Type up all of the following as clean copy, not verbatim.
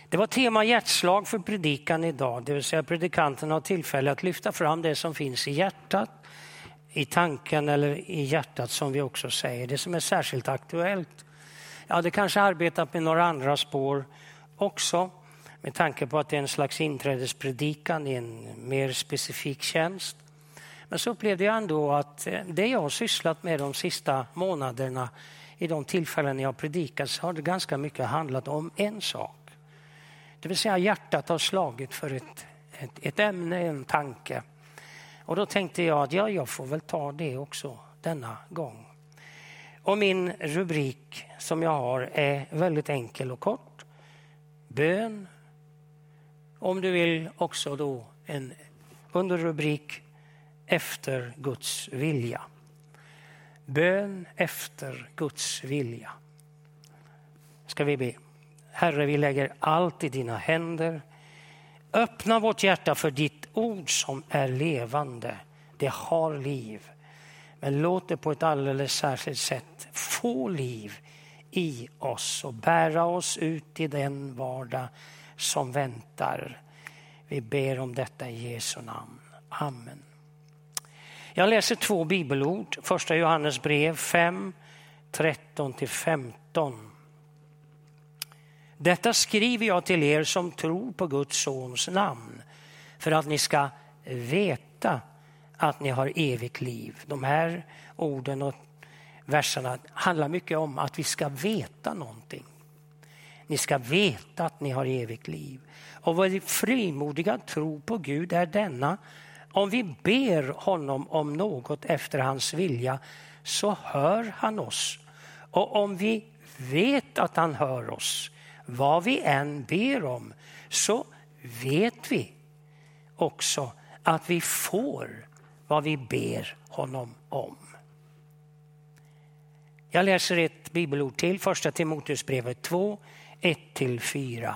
Det var tema hjärtslag för predikan idag. Det vill säga predikanten har tillfälle att lyfta fram det som finns i hjärtat, i tanken eller i hjärtat som vi också säger. Det som är särskilt aktuellt. Jag hade kanske arbetat med några andra spår också. Med tanke på att det är en slags inträdespredikan i en mer specifik tjänst. Men så upplevde jag ändå att det jag har sysslat med de sista månaderna i de tillfällen jag predikat så har det ganska mycket handlat om en sak. Det vill säga hjärtat har slagit för ett ämne, en tanke. Och då tänkte jag att jag får väl ta det också denna gång. Och min rubrik som jag har är väldigt enkel och kort. Bön. Om du vill också då en underrubrik efter Guds vilja. Bön efter Guds vilja. Ska vi be. Herre, vi lägger allt i dina händer. Öppna vårt hjärta för ditt ord som är levande. Det har liv. Men låt det på ett alldeles särskilt sätt få liv i oss och bära oss ut i den vardag som väntar. Vi ber om detta i Jesu namn. Amen. Jag läser 2 bibelord. Första Johannes brev 5, 13-15. Detta skriver jag till er som tror på Guds sons namn. För att ni ska veta att ni har evigt liv. De här orden och verserna handlar mycket om att vi ska veta någonting. Ni ska veta att ni har evigt liv. Och vår frimodiga tro på Gud är denna. Om vi ber honom om något efter hans vilja så hör han oss. Och om vi vet att han hör oss, vad vi än ber om, så vet vi också att vi får vad vi ber honom om. Jag läser ett bibelord till, första Timoteusbrevet 2, 1-4.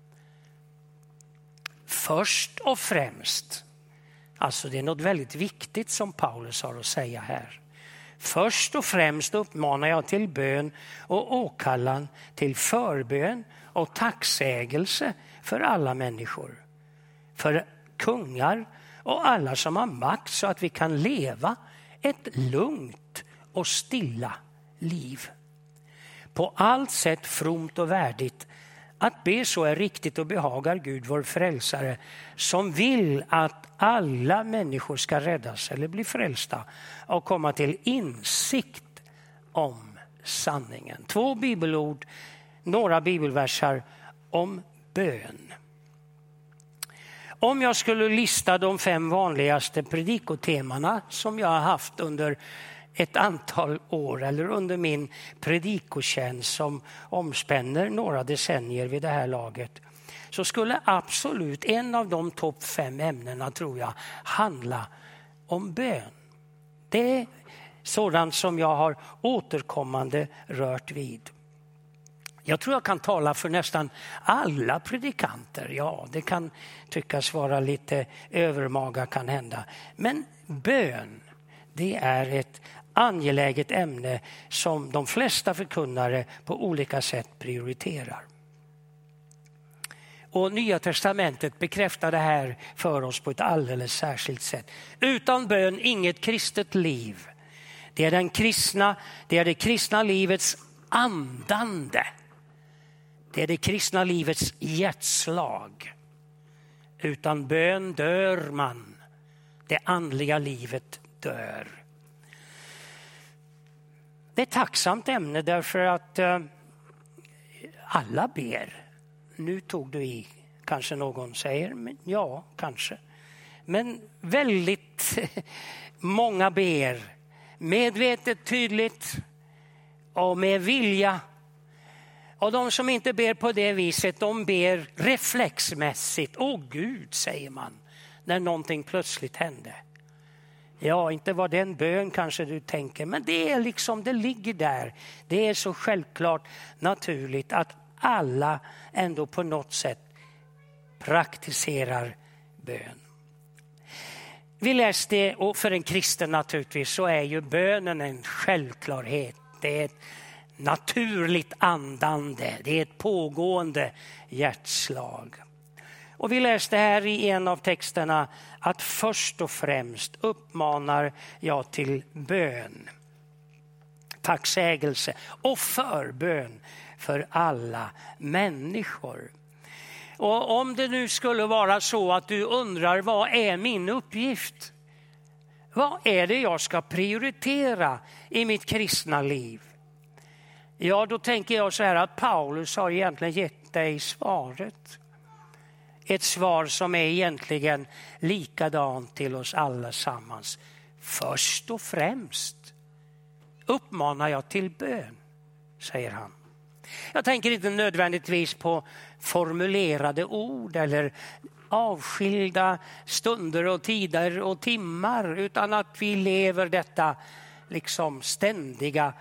Först och främst, alltså det är något väldigt viktigt som Paulus har att säga här. Först och främst uppmanar jag till bön och åkallan, till förbön och tacksägelse för alla människor. För kungar och alla som har makt så att vi kan leva ett lugnt och stilla liv. På allt sätt fromt och värdigt. Att be så är riktigt och behagar Gud vår frälsare som vill att alla människor ska räddas eller bli frälsta och komma till insikt om sanningen. 2 bibelord, några bibelversar om bön. Om jag skulle lista de 5 vanligaste predikotemana som jag har haft under ett antal år eller under min predikotjänst som omspänner några decennier vid det här laget, så skulle absolut en av de topp 5 ämnena, tror jag, handla om bön. Det är sådant som jag har återkommande rört vid. Jag tror jag kan tala för nästan alla predikanter. Ja, det kan tyckas vara lite övermaga kan hända. Men bön, det är ett angeläget ämne som de flesta förkunnare på olika sätt prioriterar. Och Nya testamentet bekräftar det här för oss på ett alldeles särskilt sätt. Utan bön inget kristet liv. Det är det kristna livets andande. Det är det kristna livets hjärtslag. Utan bön dör man. Det andliga livet dör. Det är ett tacksamt ämne därför att alla ber. Nu tog du i, kanske någon säger. Men ja, kanske. Men väldigt många ber. Medvetet, tydligt och med vilja. Och de som inte ber på det viset, de ber reflexmässigt. Åh Gud, säger man, när någonting plötsligt hände. Ja, inte var det en bön kanske du tänker, men det är liksom, det ligger där. Det är så självklart naturligt att alla ändå på något sätt praktiserar bön. Vi läste, och för en kristen naturligtvis så är ju bönen en självklarhet. Det är ett naturligt andande. Det är ett pågående hjärtslag. Och vi läste här i en av texterna att först och främst uppmanar jag till bön, tacksägelse och förbön för alla människor. Och om det nu skulle vara så att du undrar, vad är min uppgift? Vad är det jag ska prioritera i mitt kristna liv? Ja, då tänker jag så här att Paulus har egentligen gett dig svaret. Ett svar som är egentligen likadant till oss allesammans. Först och främst uppmanar jag till bön, säger han. Jag tänker inte nödvändigtvis på formulerade ord eller avskilda stunder och tider och timmar, utan att vi lever detta liksom ständiga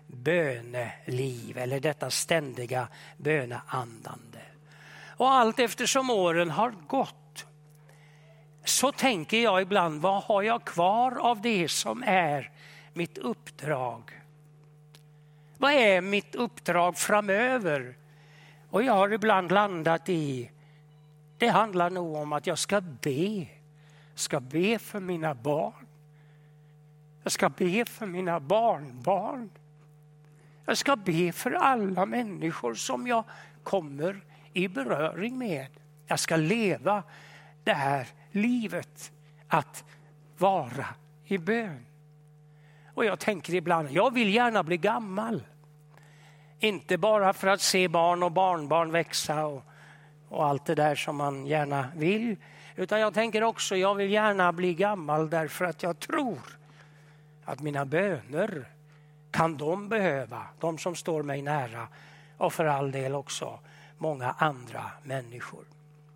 böneliv eller detta ständiga böneandande. Och allt eftersom åren har gått så tänker jag ibland, vad har jag kvar av det som är mitt uppdrag? Vad är mitt uppdrag framöver? Och jag har ibland landat i, det handlar nog om att jag ska be. Ska be för mina barn. Jag ska be för mina barnbarn. Jag ska be för alla människor som jag kommer i beröring med. Jag ska leva det här livet att vara i bön. Och jag tänker ibland, jag vill gärna bli gammal. Inte bara för att se barn och barnbarn växa och allt det där som man gärna vill. Utan jag tänker också, jag vill gärna bli gammal därför att jag tror att mina böner kan de behöva. De som står mig nära och för all del också många andra människor.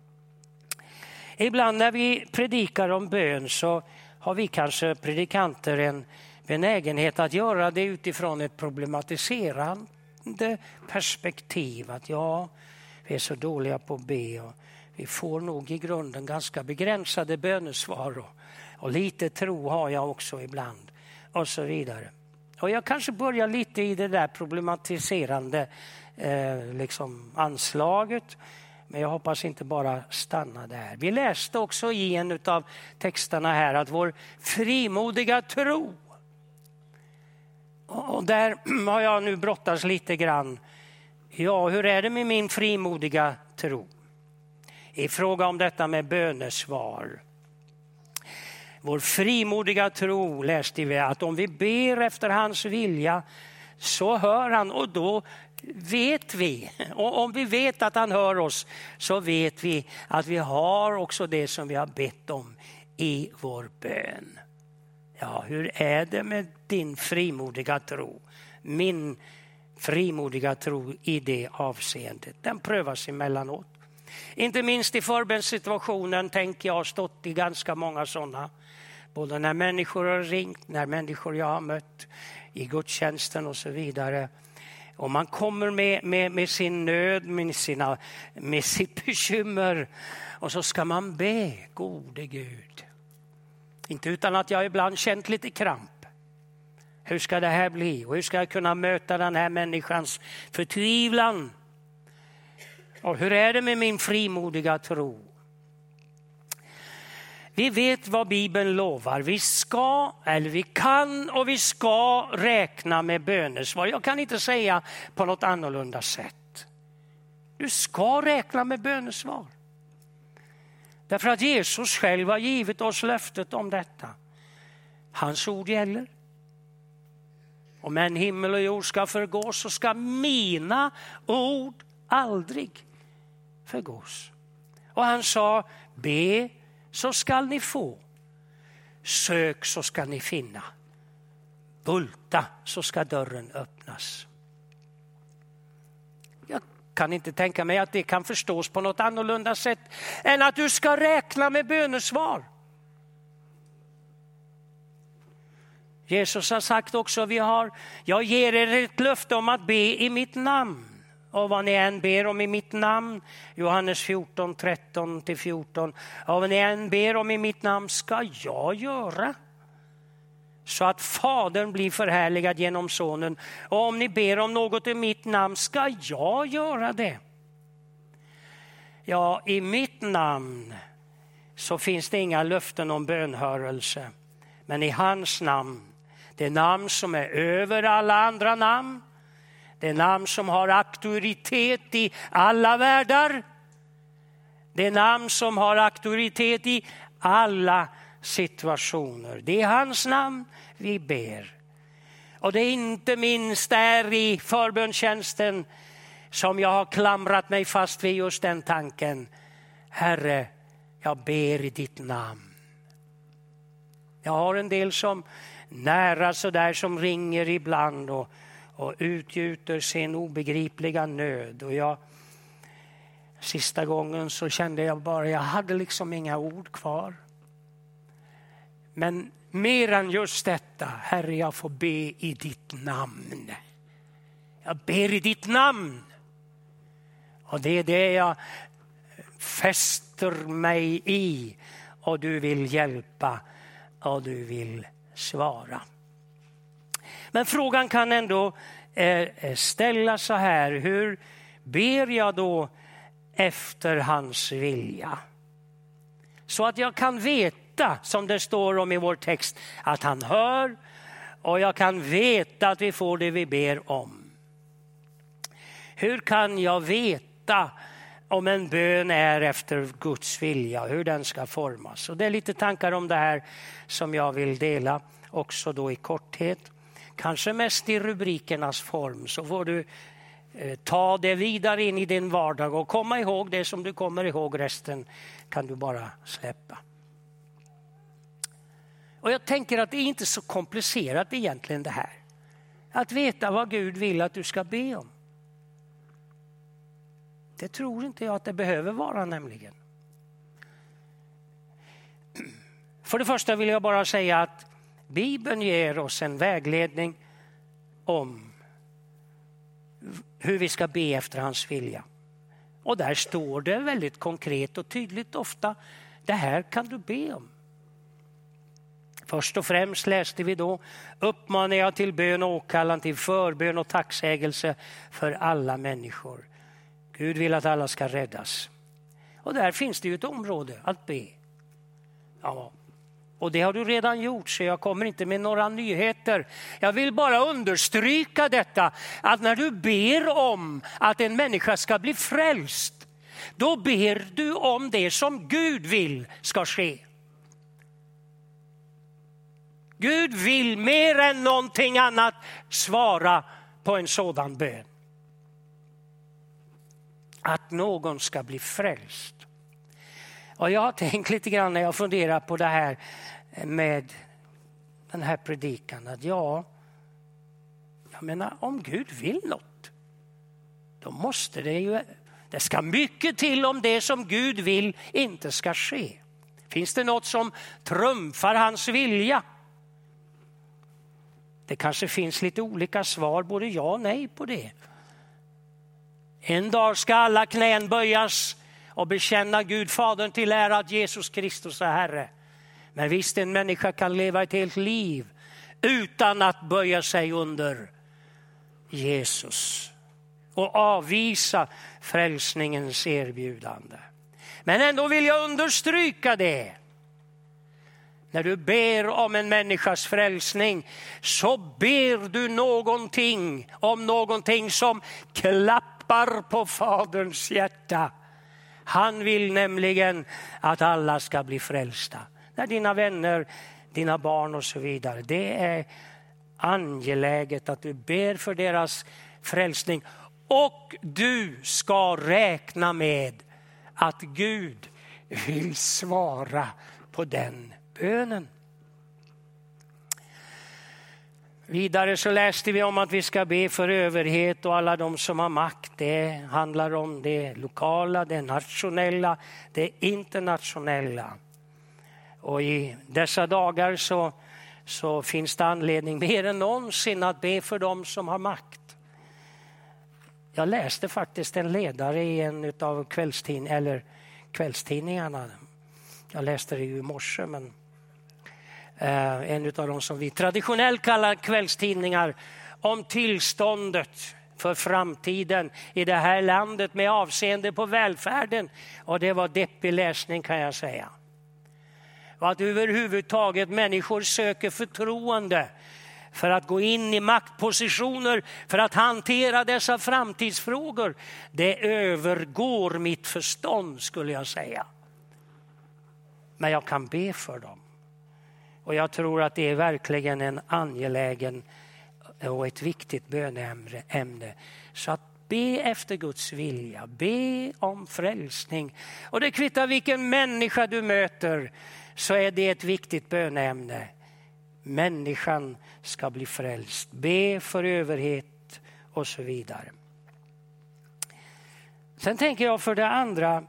Ibland när vi predikar om bön så har vi kanske predikanter en benägenhet att göra det utifrån ett problematiserande perspektiv. Att vi är så dåliga på att be och vi får nog i grunden ganska begränsade bönesvar och lite tro har jag också ibland och så vidare. Och jag kanske börjar lite i det där problematiserande anslaget. Men jag hoppas inte bara stanna där. Vi läste också i en av texterna här att vår frimodiga tro. Och där har jag nu brottats lite grann. Ja, hur är det med min frimodiga tro? I fråga om detta med bönesvar. Vår frimodiga tro läste vi att om vi ber efter hans vilja så hör han, och då vet vi, och om vi vet att han hör oss så vet vi att vi har också det som vi har bett om i vår bön. Ja, hur är det med din frimodiga tro? Min frimodiga tro i det avseendet, den prövas emellanåt. Inte minst i förbönssituationen tänker jag har stått i ganska många sådana. Både när människor har ringt, när människor jag har mött i gudstjänsten och så vidare. Och man kommer med sin nöd, med sitt bekymmer. Och så ska man be, gode Gud. Inte utan att jag ibland känt lite kramp. Hur ska det här bli? Och hur ska jag kunna möta den här människans förtvivlan? Och hur är det med min frimodiga tro? Vi vet vad Bibeln lovar. Vi kan och vi ska räkna med bönesvar. Jag kan inte säga på något annorlunda sätt. Du ska räkna med bönesvar. Därför att Jesus själv har givit oss löftet om detta. Hans ord gäller. Om en himmel och jord ska förgås så ska mina ord aldrig förgås. Och han sa, be så skall ni få. Sök så ska ni finna. Bulta så ska dörren öppnas. Jag kan inte tänka mig att det kan förstås på något annorlunda sätt än att du ska räkna med bönesvar. Jesus har sagt också, jag ger er ett löfte om att be i mitt namn. Och vad ni än ber om i mitt namn, Johannes 14, 13-14. Och vad ni än ber om i mitt namn ska jag göra. så att Fadern blir förhärligad genom Sonen. Och om ni ber om något i mitt namn ska jag göra det. Ja, i mitt namn så finns det inga löften om bönhörelse. Men i hans namn, det namn som är över alla andra namn, det namn som har auktoritet i alla världar, det namn som har auktoritet i alla situationer. Det är hans namn vi ber. Och det är inte minst där i förbönstjänsten som jag har klamrat mig fast vid just den tanken. Herre, jag ber i ditt namn. Jag har en del som nära så där som ringer ibland och utgjuter sin obegripliga nöd. Och sista gången så kände jag hade liksom inga ord kvar. Men mer än just detta, Herre, jag får be i ditt namn. Jag ber i ditt namn. Och det är det jag fäster mig i. Och du vill hjälpa och du vill svara. Men frågan kan ändå ställas så här. Hur ber jag då efter hans vilja? Så att jag kan veta, som det står om i vår text, att han hör. Och jag kan veta att vi får det vi ber om. Hur kan jag veta om en bön är efter Guds vilja, hur den ska formas? Och det är lite tankar om det här som jag vill dela också då i korthet. Kanske mest i rubrikernas form, så får du ta det vidare in i din vardag och komma ihåg det som du kommer ihåg, resten kan du bara släppa. Och jag tänker att det är inte så komplicerat egentligen det här. Att veta vad Gud vill att du ska be om. Det tror inte jag att det behöver vara nämligen. För det första vill jag bara säga att Bibeln ger oss en vägledning om hur vi ska be efter hans vilja. Och där står det väldigt konkret och tydligt ofta, det här kan du be om. Först och främst läste vi då, uppmanar jag till bön och åkallan, till förbön och tacksägelse för alla människor. Gud vill att alla ska räddas. Och där finns det ju ett område att be. Ja, och det har du redan gjort, så jag kommer inte med några nyheter. Jag vill bara understryka detta, att när du ber om att en människa ska bli frälst, då ber du om det som Gud vill ska ske. Gud vill mer än någonting annat svara på en sådan bön. Att någon ska bli frälst. Och jag har tänkt lite grann när jag funderar på det här med den här predikan. Att jag menar, om Gud vill något, då måste det ska mycket till om det som Gud vill inte ska ske. Finns det något som trumfar hans vilja? Det kanske finns lite olika svar, både ja och nej på det. En dag ska alla knän böjas och bekänna Gud Fadern till ära att Jesus Kristus är Herre. Men visst, en människa kan leva ett helt liv utan att böja sig under Jesus och avvisa frälsningens erbjudande. Men ändå vill jag understryka det. När du ber om en människas frälsning, så ber du om någonting som klappar på Faderns hjärta. Han vill nämligen att alla ska bli frälsta. När dina vänner, dina barn och så vidare. Det är angeläget att du ber för deras frälsning. Och du ska räkna med att Gud vill svara på den bönen. Vidare så läste vi om att vi ska be för överhet och alla de som har makt. Det handlar om det lokala, det nationella, det internationella. Och i dessa dagar så finns det anledning mer än någonsin att be för dem som har makt. Jag läste faktiskt en ledare i en av kvällstidningarna. Jag läste det ju i morse, men en av de som vi traditionellt kallar kvällstidningar, om tillståndet för framtiden i det här landet med avseende på välfärden. Och det var deppig läsning, kan jag säga. Och att överhuvudtaget människor söker förtroende för att gå in i maktpositioner, för att hantera dessa framtidsfrågor. Det övergår mitt förstånd, skulle jag säga. Men jag kan be för dem. Och jag tror att det är verkligen en angelägen och ett viktigt böneämne. Så att be efter Guds vilja, be om frälsning. Och det kvittar vilken människa du möter, så är det ett viktigt böneämne. Människan ska bli frälst. Be för överhet och så vidare. Sen tänker jag för det andra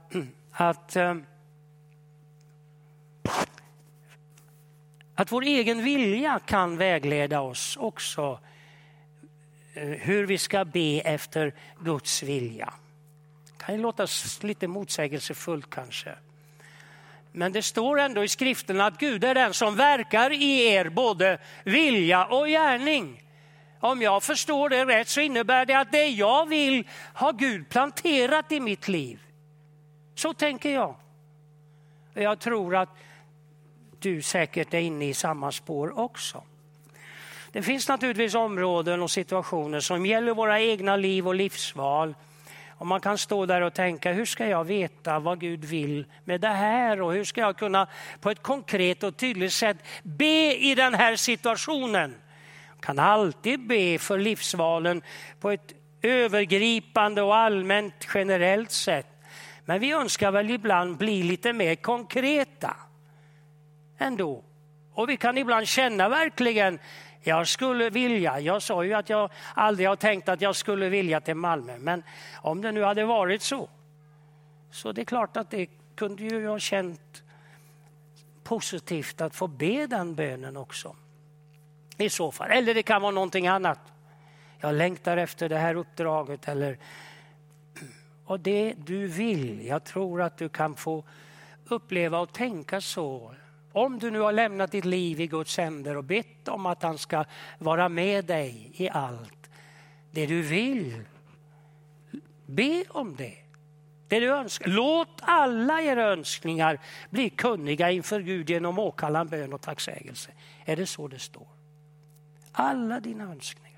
att vår egen vilja kan vägleda oss också hur vi ska be efter Guds vilja. Det kan ju låta lite motsägelsefullt kanske. Men det står ändå i skriften att Gud är den som verkar i er både vilja och gärning. Om jag förstår det rätt så innebär det att det jag vill har Gud planterat i mitt liv. Så tänker jag. Jag tror att du säkert är inne i samma spår också. Det finns naturligtvis områden och situationer som gäller våra egna liv och livsval. Och man kan stå där och tänka, hur ska jag veta vad Gud vill med det här? Och hur ska jag kunna på ett konkret och tydligt sätt be i den här situationen? Jag kan alltid be för livsvalen på ett övergripande och allmänt generellt sätt. Men vi önskar väl ibland bli lite mer konkreta ändå. Och vi kan ibland känna verkligen, jag skulle vilja, jag sa ju att jag aldrig har tänkt att jag skulle vilja till Malmö. Men om det nu hade varit så det är klart att det kunde ju ha känt positivt att få be den bönen också. I så fall. Eller det kan vara någonting annat. Jag längtar efter det här uppdraget. Och det du vill, jag tror att du kan få uppleva och tänka så. Om du nu har lämnat ditt liv i Guds händer och bett om att han ska vara med dig i allt. Det du vill, be om det. Det du önskar. Låt alla era önskningar bli kunniga inför Gud genom åkallan, bön och tacksägelse. Är det så det står? Alla dina önskningar.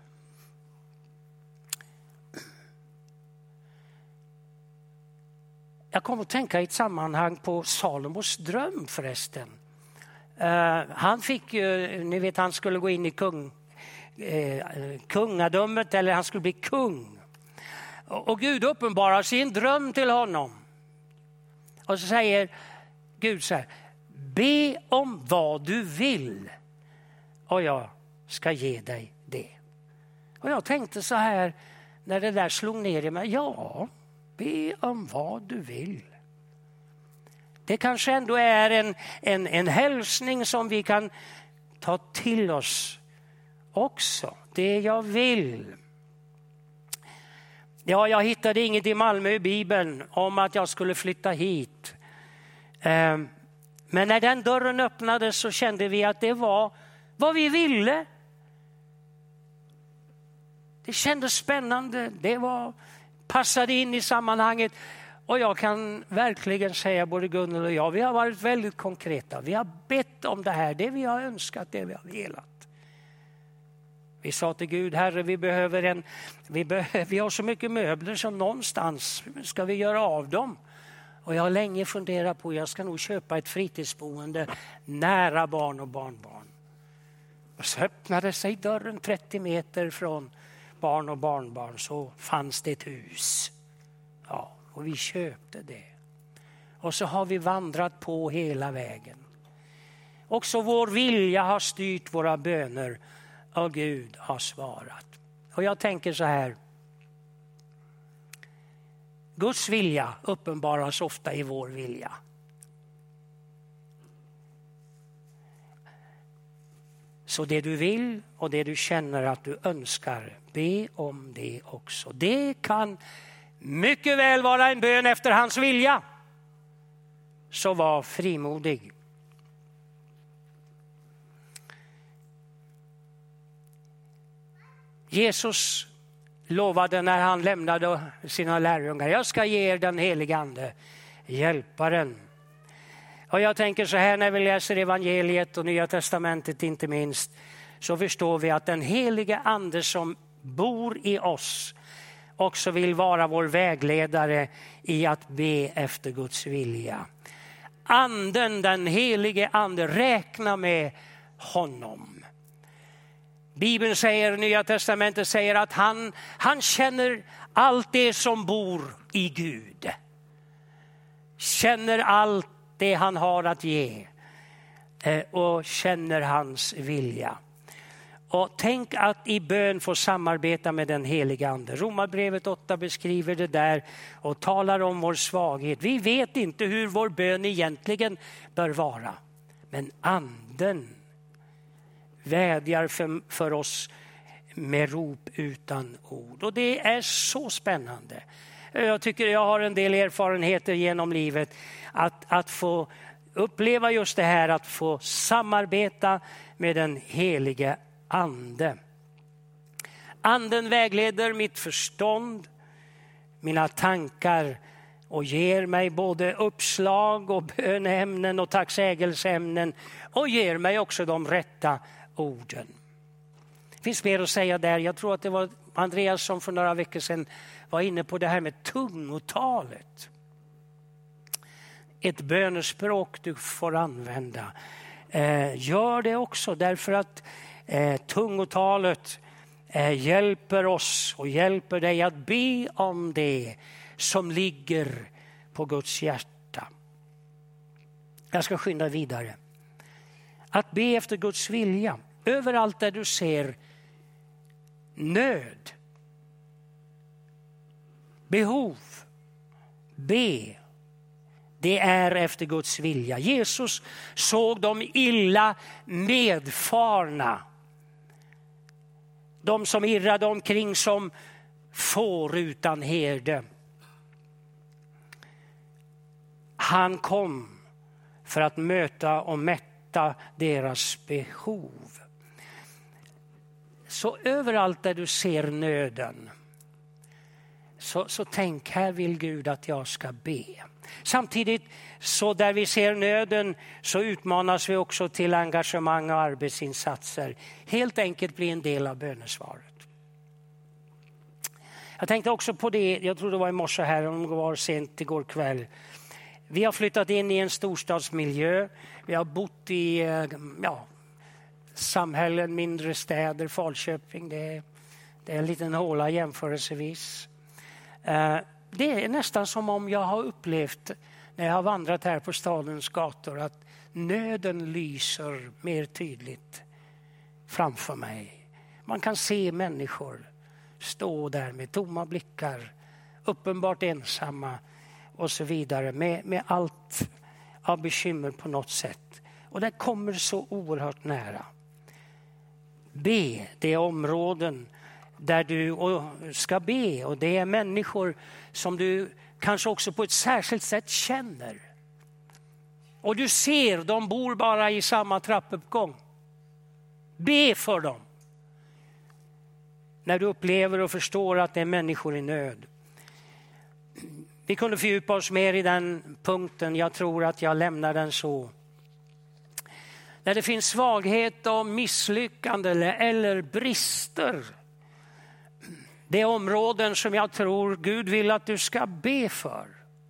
Jag kommer att tänka i ett sammanhang på Salomos dröm förresten. Han fick ju, ni vet han skulle gå in i kungadömet, eller han skulle bli kung. Och Gud uppenbarar sin dröm till honom. Och så säger Gud så här, be om vad du vill och jag ska ge dig det. Och jag tänkte så här när det där slog ner i mig, ja, be om vad du vill. Det kanske ändå är en hälsning som vi kan ta till oss också. Det jag vill. Ja, jag hittade inget i Malmö i Bibeln om att jag skulle flytta hit. Men när den dörren öppnades så kände vi att det var vad vi ville. Det kändes spännande. Det passade in i sammanhanget. Och jag kan verkligen säga, både Gunnel och jag, vi har varit väldigt konkreta. Vi har bett om det här, det vi har önskat, det vi har velat. Vi sa till Gud, Herre, vi har så mycket möbler som någonstans ska vi göra av dem. Och jag har länge funderat på, jag ska nog köpa ett fritidsboende nära barn och barnbarn. Och så öppnade sig dörren 30 meter från barn och barnbarn, så fanns det ett hus. Ja, och vi köpte det. Och så har vi vandrat på hela vägen. Också vår vilja har styrt våra böner och Gud har svarat. Och jag tänker så här. Guds vilja uppenbaras ofta i vår vilja. Så det du vill och det du känner att du önskar, be om det också. Det kan mycket väl vara en bön efter hans vilja. Så var frimodig. Jesus lovade när han lämnade sina lärjungar: jag ska ge er den helige ande, hjälparen. Och jag tänker så här, när vi läser evangeliet och Nya testamentet inte minst, så förstår vi att den helige ande som bor i oss också vill vara vår vägledare i att be efter Guds vilja. Anden, den helige ande, räkna med honom. Bibeln säger, Nya testamentet säger att han känner allt det som bor i Gud. Känner allt det han har att ge och känner hans vilja. Och tänk att i bön få samarbeta med den heliga ande. Romarbrevet 8 beskriver det där och talar om vår svaghet. Vi vet inte hur vår bön egentligen bör vara. Men anden vädjar för oss med rop utan ord. Och det är så spännande. Jag tycker jag har en del erfarenheter genom livet att få uppleva just det här, att få samarbeta med den helige ande. Anden vägleder mitt förstånd, mina tankar och ger mig både uppslag och böneämnen och tacksägelseämnen och ger mig också de rätta orden. Det finns mer att säga där. Jag tror att det var Andreas som för några veckor sedan var inne på det här med tungotalet. Ett bönespråk du får använda. Gör det också, därför att tungotalet hjälper oss och hjälper dig att be om det som ligger på Guds hjärta. Jag ska skynda vidare. Att be efter Guds vilja. Överallt där du ser nöd, behov, be. Det är efter Guds vilja. Jesus såg de illa medfarna. De som irrade omkring som får utan herde. Han kom för att möta och mätta deras behov. Så överallt där du ser nöden, så tänk, här vill Gud att jag ska be. Samtidigt så där vi ser nöden så utmanas vi också till engagemang och arbetsinsatser. Helt enkelt bli en del av bönesvaret. Jag tänkte också på det, jag tror det var i morse här, om det var sent igår kväll. Vi har flyttat in i en storstadsmiljö. Vi har bott i samhällen, mindre städer, Falköping. Det är en liten håla jämförelsevis. Det är nästan som om jag har upplevt när jag har vandrat här på stadens gator att nöden lyser mer tydligt framför mig. Man kan se människor stå där med tomma blickar, uppenbart ensamma och så vidare, med allt av bekymmer på något sätt. Och det kommer så oerhört nära. Be, det är områden där du ska be, och det är människor som du kanske också på ett särskilt sätt känner. Och du ser, de bor bara i samma trappuppgång. Be för dem. När du upplever och förstår att det är människor i nöd. Vi kunde fördjupa oss mer i den punkten. Jag tror att jag lämnar den så. När det finns svaghet och misslyckande eller brister. Det är områden som jag tror Gud vill att du ska be för.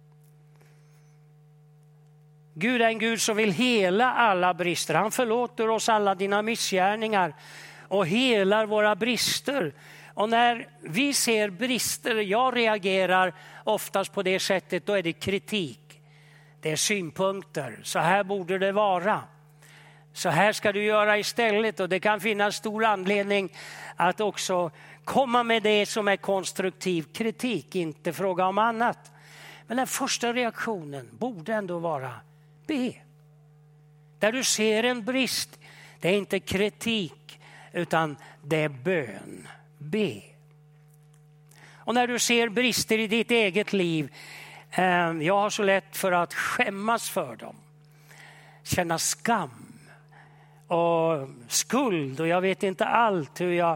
Gud är en Gud som vill hela alla brister. Han förlåter oss alla dina missgärningar och helar våra brister. Och när vi ser brister, jag reagerar oftast på det sättet, då är det kritik. Det är synpunkter. Så här borde det vara. Så här ska du göra istället. Och det kan finnas stor anledning att också komma med det som är konstruktiv kritik, inte fråga om annat. Men den första reaktionen borde ändå vara be. Där du ser en brist, det är inte kritik utan det är bön. Be. Och när du ser brister i ditt eget liv, jag har så lätt för att skämmas för dem. Känna skam och skuld, och jag vet inte allt hur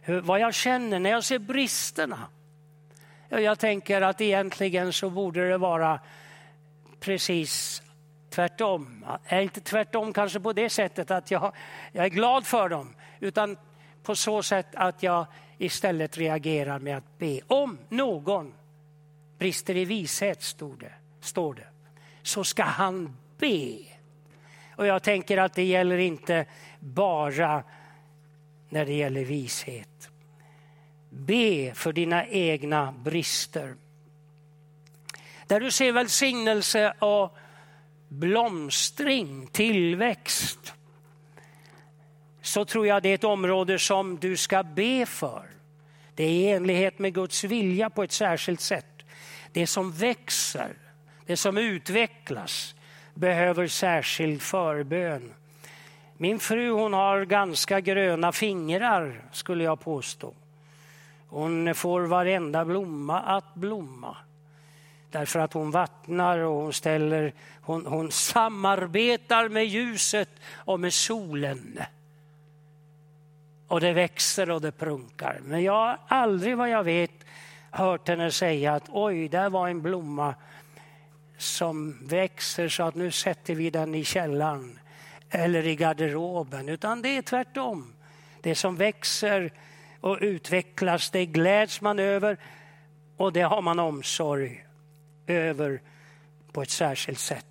vad jag känner när jag ser bristerna. Jag tänker att egentligen så borde det vara precis tvärtom. Inte tvärtom kanske på det sättet att jag är glad för dem, utan på så sätt att jag istället reagerar med att be. Om någon brister i vishet, står det, så ska han be. Och jag tänker att det gäller inte bara när det gäller vishet. Be för dina egna brister. Där du ser välsignelse och blomstring, tillväxt, så tror jag det är ett område som du ska be för. Det är i enlighet med Guds vilja på ett särskilt sätt. Det som växer, det som utvecklas, behöver särskild förbön. Min fru, hon har ganska gröna fingrar, skulle jag påstå. Hon får varenda blomma att blomma. Därför att hon vattnar och hon samarbetar med ljuset och med solen. Och det växer och det prunkar. Men jag har aldrig, vad jag vet, hört henne säga att oj, där var en blomma som växer så att nu sätter vi den i källaren eller i garderoben. Utan det är tvärtom. Det som växer och utvecklas, det gläds man över och det har man omsorg över på ett särskilt sätt.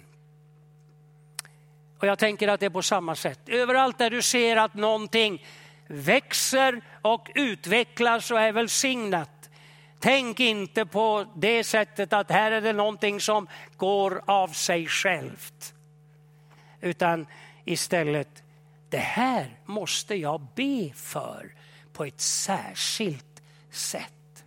Och jag tänker att det är på samma sätt. Överallt där du ser att någonting växer och utvecklas och är välsignat, tänk inte på det sättet att här är det någonting som går av sig självt. Utan istället, det här måste jag be för på ett särskilt sätt.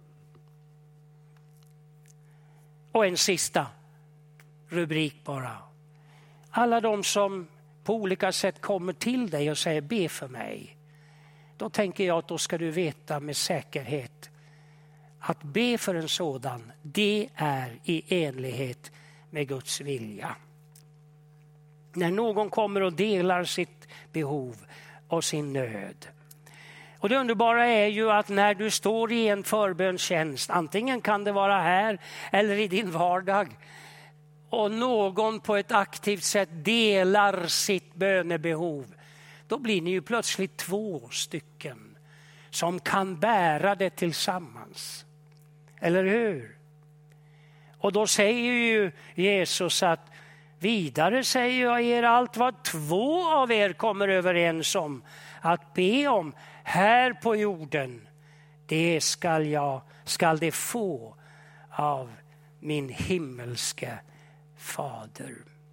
Och en sista rubrik bara. Alla de som på olika sätt kommer till dig och säger be för mig. Då tänker jag att då ska du veta med säkerhet att be för en sådan, det är i enlighet med Guds vilja. När någon kommer och delar sitt behov och sin nöd. Och det underbara är ju att när du står i en förbönstjänst, antingen kan det vara här eller i din vardag, och någon på ett aktivt sätt delar sitt bönebehov, då blir ni ju plötsligt 2 stycken som kan bära det tillsammans. Eller hur? Och då säger ju Jesus att vidare säger jag er, allt vad 2 av er kommer överens om att be om här på jorden, det skall det få av min himmelske fader.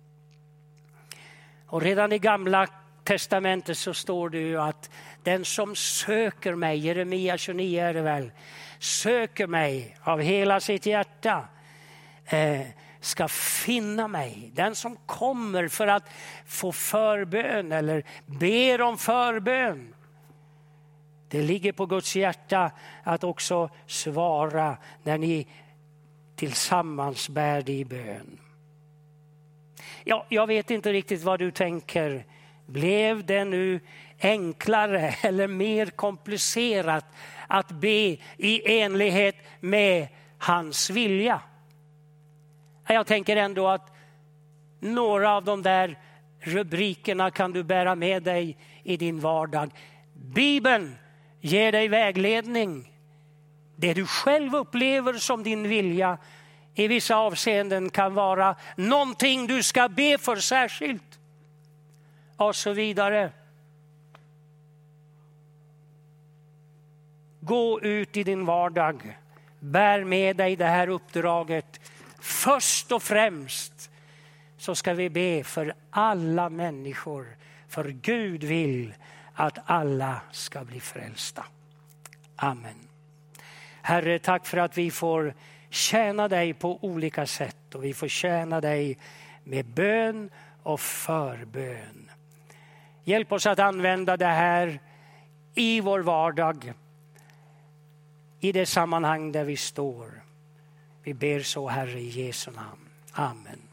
Och redan i Gamla testamentet så står det ju att den som söker mig, Jeremia 29 är det väl, söker mig av hela sitt hjärta, ska finna mig. Den som kommer för att få förbön eller ber om förbön. Det ligger på Guds hjärta att också svara när ni tillsammans bär det i bön. Ja, jag vet inte riktigt vad du tänker. Blev det nu enklare eller mer komplicerat att be i enlighet med hans vilja? Jag tänker ändå att några av de där rubrikerna kan du bära med dig i din vardag. Bibeln ger dig vägledning. Det du själv upplever som din vilja i vissa avseenden kan vara någonting du ska be för särskilt. Och så vidare. Gå ut i din vardag. Bär med dig det här uppdraget. Först och främst så ska vi be för alla människor. För Gud vill att alla ska bli frälsta. Amen. Herre, tack för att vi får tjäna dig på olika sätt. Och vi får tjäna dig med bön och förbön. Hjälp oss att använda det här i vår vardag. I det sammanhang där vi står. Vi ber så, Herre, i Jesu namn. Amen.